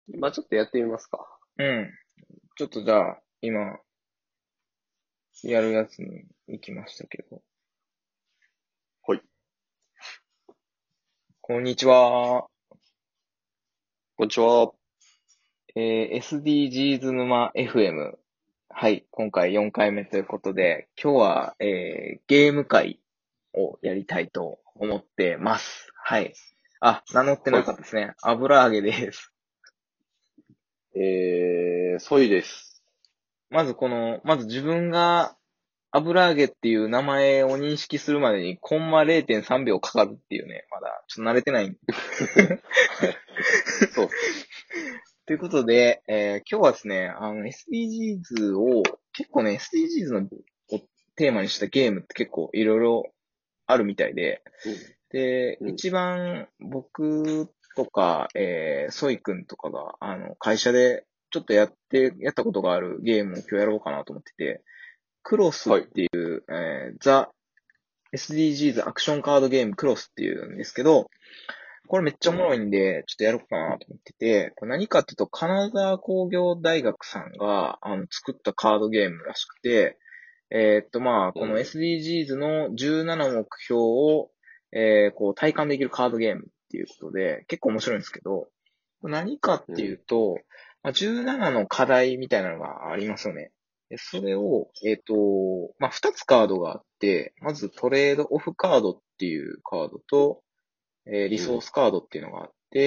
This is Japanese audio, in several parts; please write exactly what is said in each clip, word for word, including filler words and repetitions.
まあちょっとやってみますか。 うん。ちょっとじゃあ、今、やるやつに行きましたけど。 はい。 こんにちは。 こんにちは。 えー、エスディージーズ 沼 エフエム。はい。今回よんかいめということで、今日は、えー、ゲーム会をやりたいと思ってます。はい。あ、名乗ってはい。 なかったですね。油揚げです。 えー、ソイです。 まずこの、まず自分が油揚げっていう名前を認識するまでにコンマれいてんさんびょうかかるっていうね、まだちょっと慣れてない。 そうっす。 ということで、えー今日はですね、あの エスディージーズ を、結構ね、エスディージーズ のをテーマにしたゲームって結構いろいろあるみたいで、 うん。 で、 うん。 一番僕とか、えー、ソイ君とかが、あの、会社でちょっとやって、やったことがあるゲームを今日やろうかなと思ってて、クロス、 はい。 えー、ザ・ エスディージーズ アクションカードゲームクロスっていうんですけど、これめっちゃおもうん。 ろいんで、ちょっとやろうかなと思ってて、これ何かっていうと、金沢工業大学さんが、あの、作ったカードゲームらしくて、えーっと、まあ、このうん。 エスディージーズ のじゅうなな目標を、えー、こう、体感できるカードゲームっていうことで、結構面白いんですけど、これ何かっていううん。 と、まあ、じゅうななの課題みたいなのがありますよね。でそれを、えーっと、まあ、ふたつカードがあって、まずトレードオフカードっていうカードと、えーリうん。 ソースカードっていうのがあって、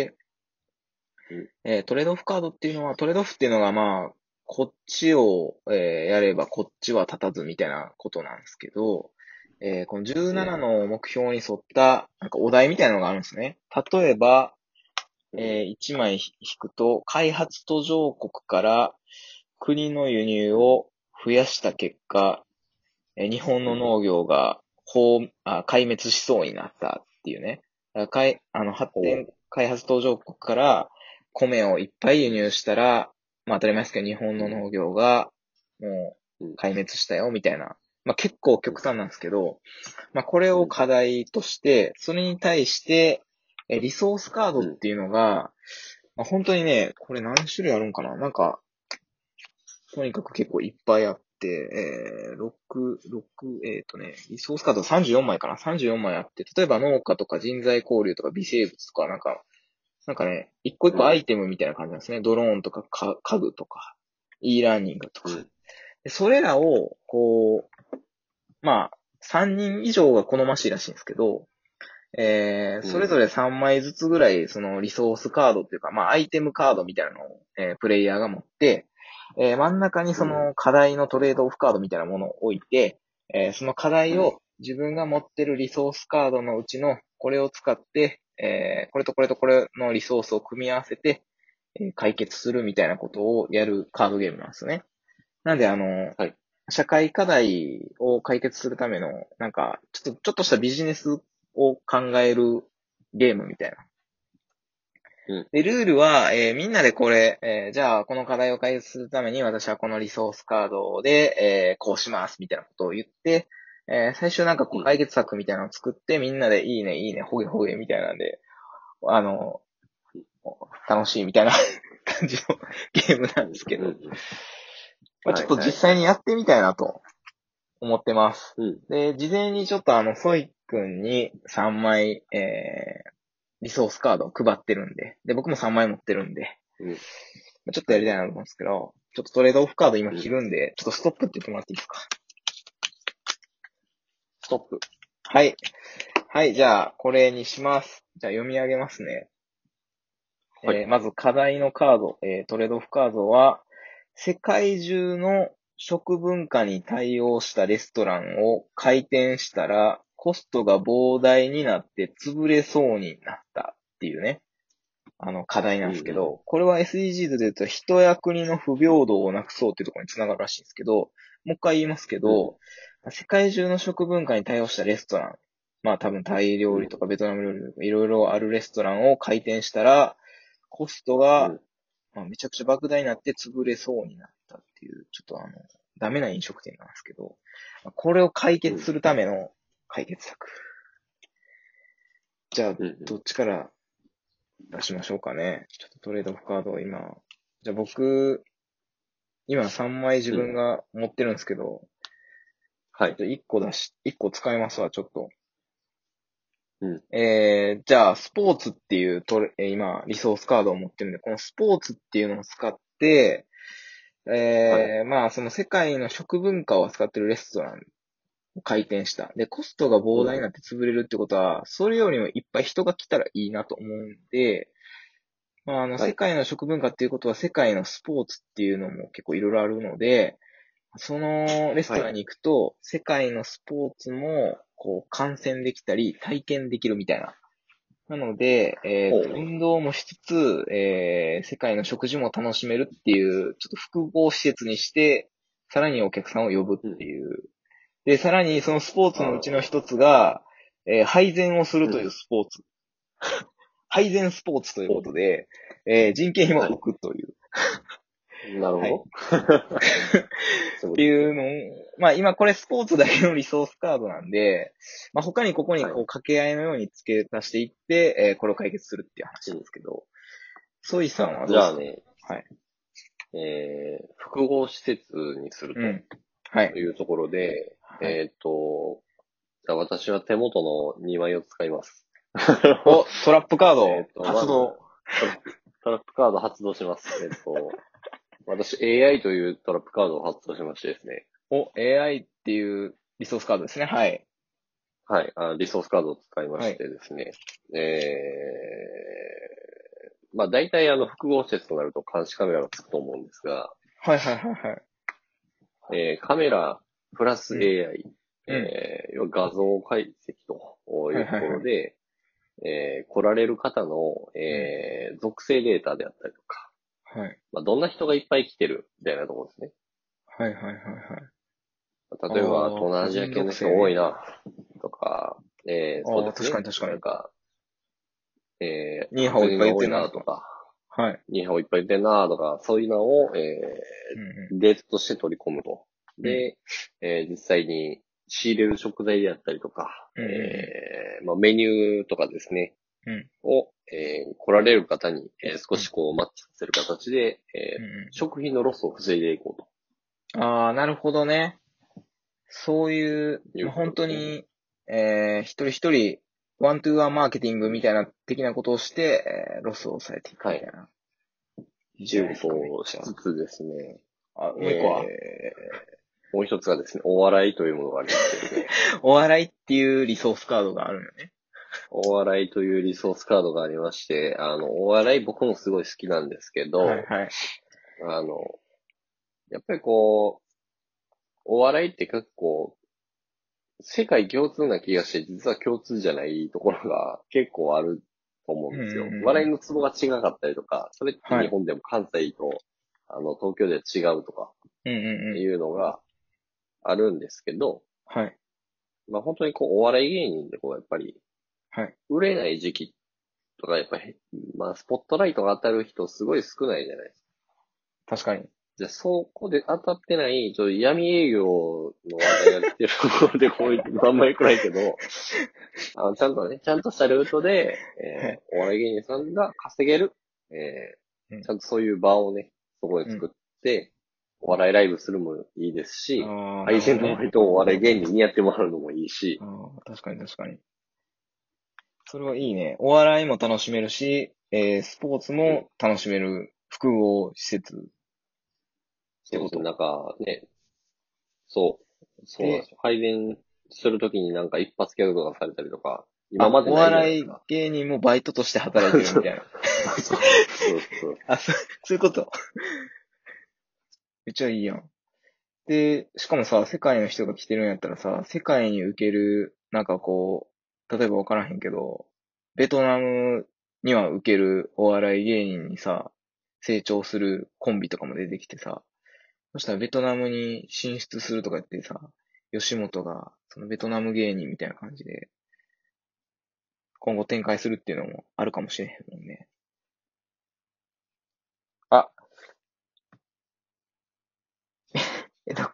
うん。 えートレードオフカードっていうのは、トレードオフっていうのがまあ、こっちを、えーやればこっちは立たずみたいなことなんですけど、えーこのじゅうななうん。 の目標に沿った、なんかお題みたいなのがあるんですね。例えば、 うん。 えーいちまい引くと、開発途上国から国の輸入を増やした結果、えー日本うん。 の農業がこう、あ、壊滅しそうになったっていうね。だからかいあの、発ほ展開発途上国から米をいっぱい輸入したら、まあ当たり前ですけど、日本う。うん。 の農業がもうん。 う壊滅したよ、みたいな。まあ結構うん。 極端なんですけど、まあこれうん。 を課題として、それに対して、えリソースカードうん。 っていうのが、まあ、本当にね、これ何種類あるんかななんか、とにかく結構いっぱいあって、えー、ろく、ろく、えっとね、リソースカードさんじゅうよんまいかな ?さんじゅうよん 枚あって、例えば農家とか人材交流とか微生物とか、なんか、なんかね、一個一うん。 個アイテムみたいな感じなんですね。ドローンとかか家具とか、e ラーニングとか。 うん。 でそれらを、こう、まあ、さんにん以上が好ましいらしいんですけど、えー、 うん。 それぞれさんまいずつぐらい、そのリソースカードっていうか、まあ、アイテムカードみたいなのを、えープレイヤーが持って、えー真ん中にそうん。 の課題のトレードオフカードみたいなものを置いて、えーその課題を自分が持ってるリソースカードのうちのこれを使って、えーこれとこれとこれのリソースを組み合わせて、えー解決するみたいなことをやるカードゲームなんですよね。なんで、あの、 はい。 社会課題を解決するための、なんか、ちょっと、ちょっとしたビジネスを考えるゲームみたいな。 うん。 で、ルールは、えーみんなでこれ、えーじゃあ、この課題を解決するために私はこのリソースカードで、えーこうします、みたいなことを言って、えー最初なんかこうん。 う解決策みたいなのを作って、みんなでいいね、いいね、ほげほげみたいなんで、あの、楽しいみたいな感じのゲームうん。 なんですけど、 うん。 まあ、ちょっはい。はい。 と実際にやってみたいなと思ってます。 うん。 で、事前にちょっとあの、ソイ君にさんまい、えー、リソースカードを配ってるんで、で、僕もさんまい持ってるんで、 うん。 ちょっとはい。 やりたいなと思うんですけど、ちょっとトレードオフカード今うん。 切るんで、ちょっとストップって言ってもらっていいですか？ ストップ。 はい。はい、じゃあ、これにします。じゃあ読み上げますね。 はい。 えー、まず課題のカード、えー、トレードオフカードは、世界中の食文化に対応したレストランを開店したら、コストが膨大になって潰れそうになったっていうね、あの課題なんですけうん。 ど、これは エスディージーズ で言うと人や国の不平等をなくそうっていうところにつながるらしいんですけど、もう一回言いますけうん。 ど、世界中の食文化に対応したレストラン、まあ多分タイうん。 料理とかベトナム料理とかいろいろあるレストランを開店したら、コストが、 うん。 まあ、めちゃくちゃ莫大になって潰れそうになったっていう、ちょっとあの、ダメな飲食店なんですけど、これを解うん。 決するための解決策。じゃあ、 うん。 どっちから出しましょうかね。ちょっとトレードオフカードを今。じゃあ僕、今さんまい自分が持ってるんですけど、 はい。 ちょっといっこ出し、いっこ使いますわ、ちょっと。 うん。 えー、じゃあ、スポーツっていうトレ、えー今、リソースカードを持ってるんで、このスポーツっていうのを使って、 はい。 えー、まあ、その世界の食文化を扱ってるレストランを開店した。で、コストが膨大になって潰れるってことは、それよりもいっぱい人が来たらいいなと思うんで、まあ、あの、 はい。 世界の食文化っていうことは世界のスポーツっていうのも結構いろいろあるので、そのレスはい。 トランに行くと、世界のスポーツも、こう、観戦できたり、体験できるみたいな。なので、えっと、 ほう。 運動もしつつ、えー、世界の食事も楽しめるっていう、ちょっと複合施設にして、さらにお客さんを呼ぶっうん。 ていう。で、さらにそのスポーツのうちのあ一つが、えー配膳をするーうん。 というスポーツ。配膳スポーツというほことで、えー人件費う。はい。 も浮くという。はい。 なるほど。 ってそういうことですね。 いうのを、まあ今これスポーツだけのリソースカードなんで、まあ他にここにはい。 こう掛け合いのように付け足していって、えーこれを解決するっていう話うん。 なんですけど、ソイさんはどうですか？ じゃあね、 はい。 えー、複合施設にするとうん。はい。 いうところで、 はい。 えっと、じゃあ私は手元のにまいを使います。 お、トラップカードえっと、まず、 発動。 トラップ、トラップカード発動します。えっと、私 エーアイ というトラップカードを発動しましてですね。 お、エーアイ っていうリソースカードですね。はい。 はい、あリソースカードを使いましはい。 てですね。えー、まあ大体あの複合施設となると監視カメラがつくと思うんですが、 はいはいはいはい。 えーカメラプラスうん。 エーアイ、 うん。 えー要は画像解析というとこはいはいはい。 ろで、えー来られる方の、 うん。 えー属性データであったりとか、 はい。 まあ、どんな人がいっぱい来てるみたいなところですね。 はいはいはいはい。あ例えば、東あ、 南ア個人ジア系の人多い属性ね。 な、とか、えーそうああ、確かですね。 に確かに。 なんか、えー、 ニーハオいっぱい言っ白人が多いてんなとか。 なとか、 はい。 ニーハオいっぱいいてんなとか、そういうのを、えうんうー、データとして取り込むと。 ん。うん。 で、えー実際に仕入れる食材であったりとか、 うんうえー、まあ、メニューとかですね、 んうん。うん。 を、えー来られる方に、えー少うん。 しこうマッチさせる形で、えーうん食品のロスを防いでいこううん。ああ、なるほどね。そういう、 というまあ、本ことですね。 当に、えー、一人一人、ワントゥーワンマーケティングみたいな、的なことをして、えー、ロスを抑えていくはい。 みたいな。いいっていうことじゃないですか、めっをしちゃ。 つつですね、 あ、もう一個は、 えー、もう一つがですね、お笑いというものがありましてですね、 お笑いっていうリソースカードがあるのよね。 お笑いというリソースカードがありまして、あの、お笑い僕もすごい好きなんですけど、 はいはい。 あの、やっぱりこう、お笑いって結構、世界共通な気がして、実は共通じゃないところが結構あると思ううんうんんですよ。 うん。 笑いのツボが違かったりとか、それってはい。 日本でも関西と、あの、東京では違うとかうんうんうん。 いうのがあるんですけど、 はい。 まあ本当にこう、お笑い芸人でこう、やっぱり、 はい。 売れない時期とか、やっぱり、まあ、スポットライトが当たる人すごい少ないじゃないですか。 確かに。 じゃあ、そこで当たってない、ちょっと闇営業の話題が来てるところで、こういう、あんまり良くないけど、あの、ちゃんとね、ちゃんとしたルートで、 はい。 えー、お笑い芸人さんが稼げる、えー、 うん。 ちゃんとそういう場をね、そこでうん。 作って、お笑いライブするのもいいですし、 ああ、な配るほどね。 信の割とお笑い芸人にやってもらうのもいいし、 ああ、確かに確かに。それはいいね。お笑いも楽しめるし、えー、スポーツうん。 も楽しめる複合施設ってそうですね、 こと。 なんかね、そう、そうなんでで、 すよ。配電するときになんか一発ギャグとかされたりとか、今あ、 までないじゃないでお笑いすか。 芸人もバイトとして働いてるそうみたいな。 そうそうそう。 あ、そ、そういうこと。めっちゃいいやん。で、しかもさ、世界の人が来てるんやったらさ、世界に受ける、なんかこう、例えばわからへんけど、ベトナムには受けるお笑い芸人にさ、成長するコンビとかも出てきてさ、そしたらベトナムに進出するとか言ってさ、吉本が、そのベトナム芸人みたいな感じで、今後展開するっていうのもあるかもしれへんもんね。あ、えっと、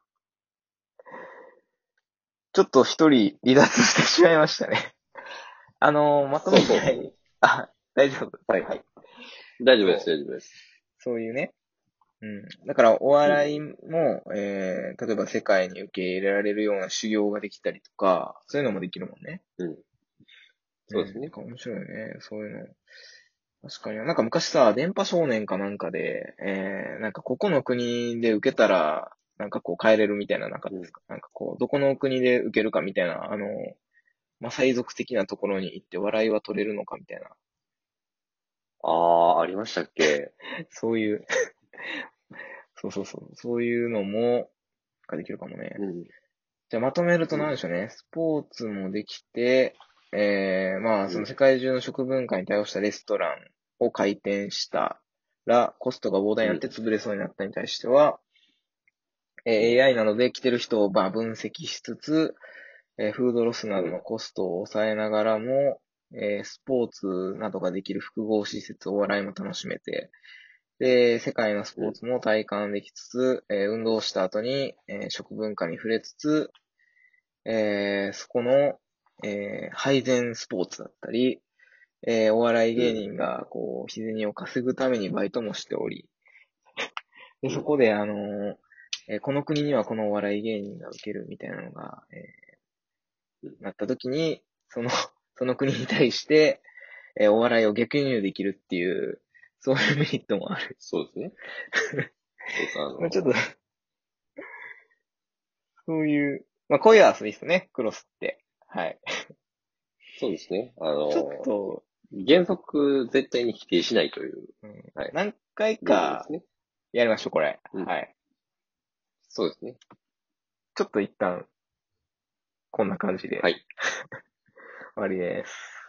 ちょっと一人離脱してしまいましたね。あのーまとめそうそう。 たい。あ、 大丈夫。 はいはい。 大丈夫です、 そう、 大丈夫です。 そういうね。うん。だから、お笑いも、えー、例えば世界に受け入れられるような修行ができたりとか、そういうのもできるもんね。 うん。 うん。 そうですね。 なんか面白いよね。そういうの。確かに。なんか昔さ、電波少年かなんかで、えー、なんかここの国で受けたら、なんかこう帰れるみたいななかったうん。 ですか？なんかこう、どこの国で受けるかみたいな、あの、マサイ族的なところに行って笑いは取れるのかみたいな。 ああ、ありましたっけ？ そういう、そうそうそう。そういうのも、ができるかもね。 うん。 じゃあまとめるとうん。 何でしょうね。スポーツもできて、えー、まあ、 うん。 その世界中の食文化に対応したレストランを開店したら、コストが膨大になってうん。 潰れそうになったに対しては、えーうん。 エーアイ などで来てる人をまあ分析しつつ、えーフードロスなうん。 どのコストを抑えながらも、えースポーツなどができる複合施設、お笑いも楽しめて、で、世界のスうん。 ポーツも体感できつつ、えー運動した後に、えー食文化に触れつつ、えーそこの、えー配膳スポーツだったり、えーお笑いうん。 芸人が、こう、日銭を稼ぐためにバイトもしており、で、 うん。 そこで、あのーえーこの国にはこのお笑い芸人が受けるみたいなのが、えうん。 ーなった時に、その、その国に対して、えーお笑いを逆輸入できるっていう、そういうメリットもある。 そうですね。そうです。あまあちょっと、 の、 そういう、まあこういう遊びですね、クロスって。はい。 そうですね。あちょっの、 と、 原則絶対に否定しないという、 うん、 はい、 何回かルールですね。 やりましょう、これ。 うん。 はい。 そうですね。 ちょっと一旦、こんな感じではい。 終わりです。